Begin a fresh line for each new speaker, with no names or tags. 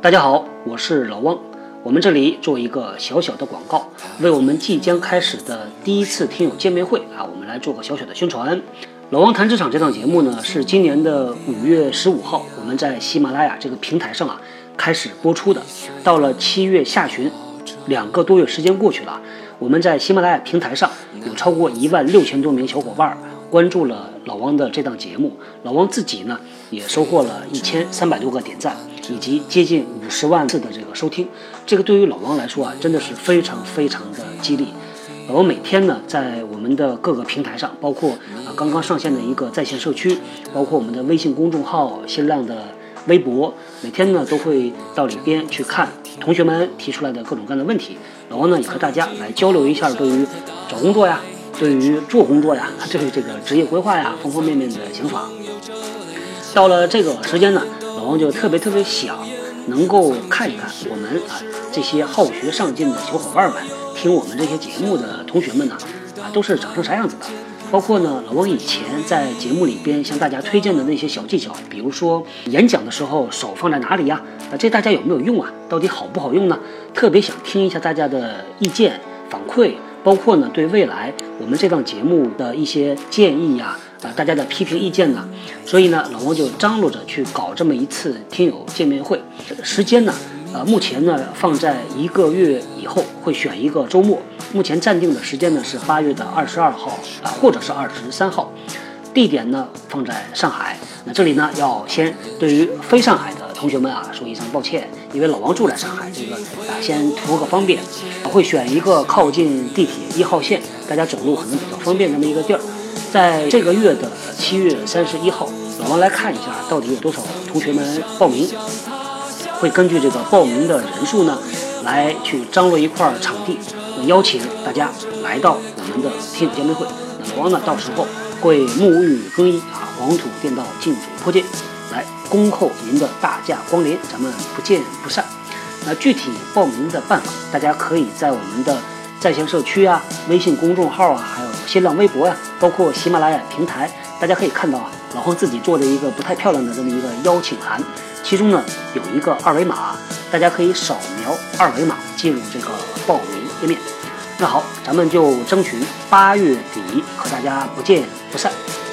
大家好，我是老汪。我们这里做一个小小的广告，为我们即将开始的第一次听友见面会我们来做个小小的宣传。老汪谈职场这档节目呢，是今年的5月15号，我们在喜马拉雅这个平台上开始播出的。到了7月下旬，2个多月时间过去了，我们在喜马拉雅平台上有超过16000多名小伙伴关注了老汪的这档节目。老汪自己呢，也收获了1300多个点赞，以及接近50万次的这个收听。这个对于老汪来说真的是非常非常的激励。老汪每天呢，在我们的各个平台上，包括刚刚上线的一个在线社区，包括我们的微信公众号、新浪的微博，每天呢都会到里边去看同学们提出来的各种各样的问题。老汪呢也和大家来交流一下对于找工作对于做工作对于这个职业规划方方面面的想法。到了这个时间呢，老汪就特别想能够看一看我们这些好学上进的小伙伴们，听我们这些节目的同学们呢都是长成啥样子的。包括呢，老汪以前在节目里边向大家推荐的那些小技巧，比如说演讲的时候手放在哪里这大家有没有用到底好不好用呢？特别想听一下大家的意见反馈，包括呢对未来我们这档节目的一些建议大家的批评意见呢。所以呢，老汪就张罗着去搞这么一次听友见面会。时间呢目前呢放在1个月以后，会选一个周末。目前暂定的时间呢是8月22号或者是23号。地点呢放在上海。那这里呢要先对于非上海的同学们说一声抱歉，因为老王住在上海，这个先图个方便，会选一个靠近地铁1号线，大家走路可能比较方便这么一个地儿。在这个月的7月31号，老王来看一下到底有多少同学们报名，会根据这个报名的人数呢来去张罗一块场地，邀请大家来到我们的听友见面会。那老王呢到时候会沐浴更衣黄土垫到净水坡街，来恭候您的大驾光临，咱们不见不散。那具体报名的办法，大家可以在我们的在线社区微信公众号还有新浪微博包括喜马拉雅平台，大家可以看到老黄自己做的一个不太漂亮的这么一个邀请函，其中呢有一个2维码，大家可以扫描2维码进入这个报名页面。那好，咱们就争取8月底和大家不见不散。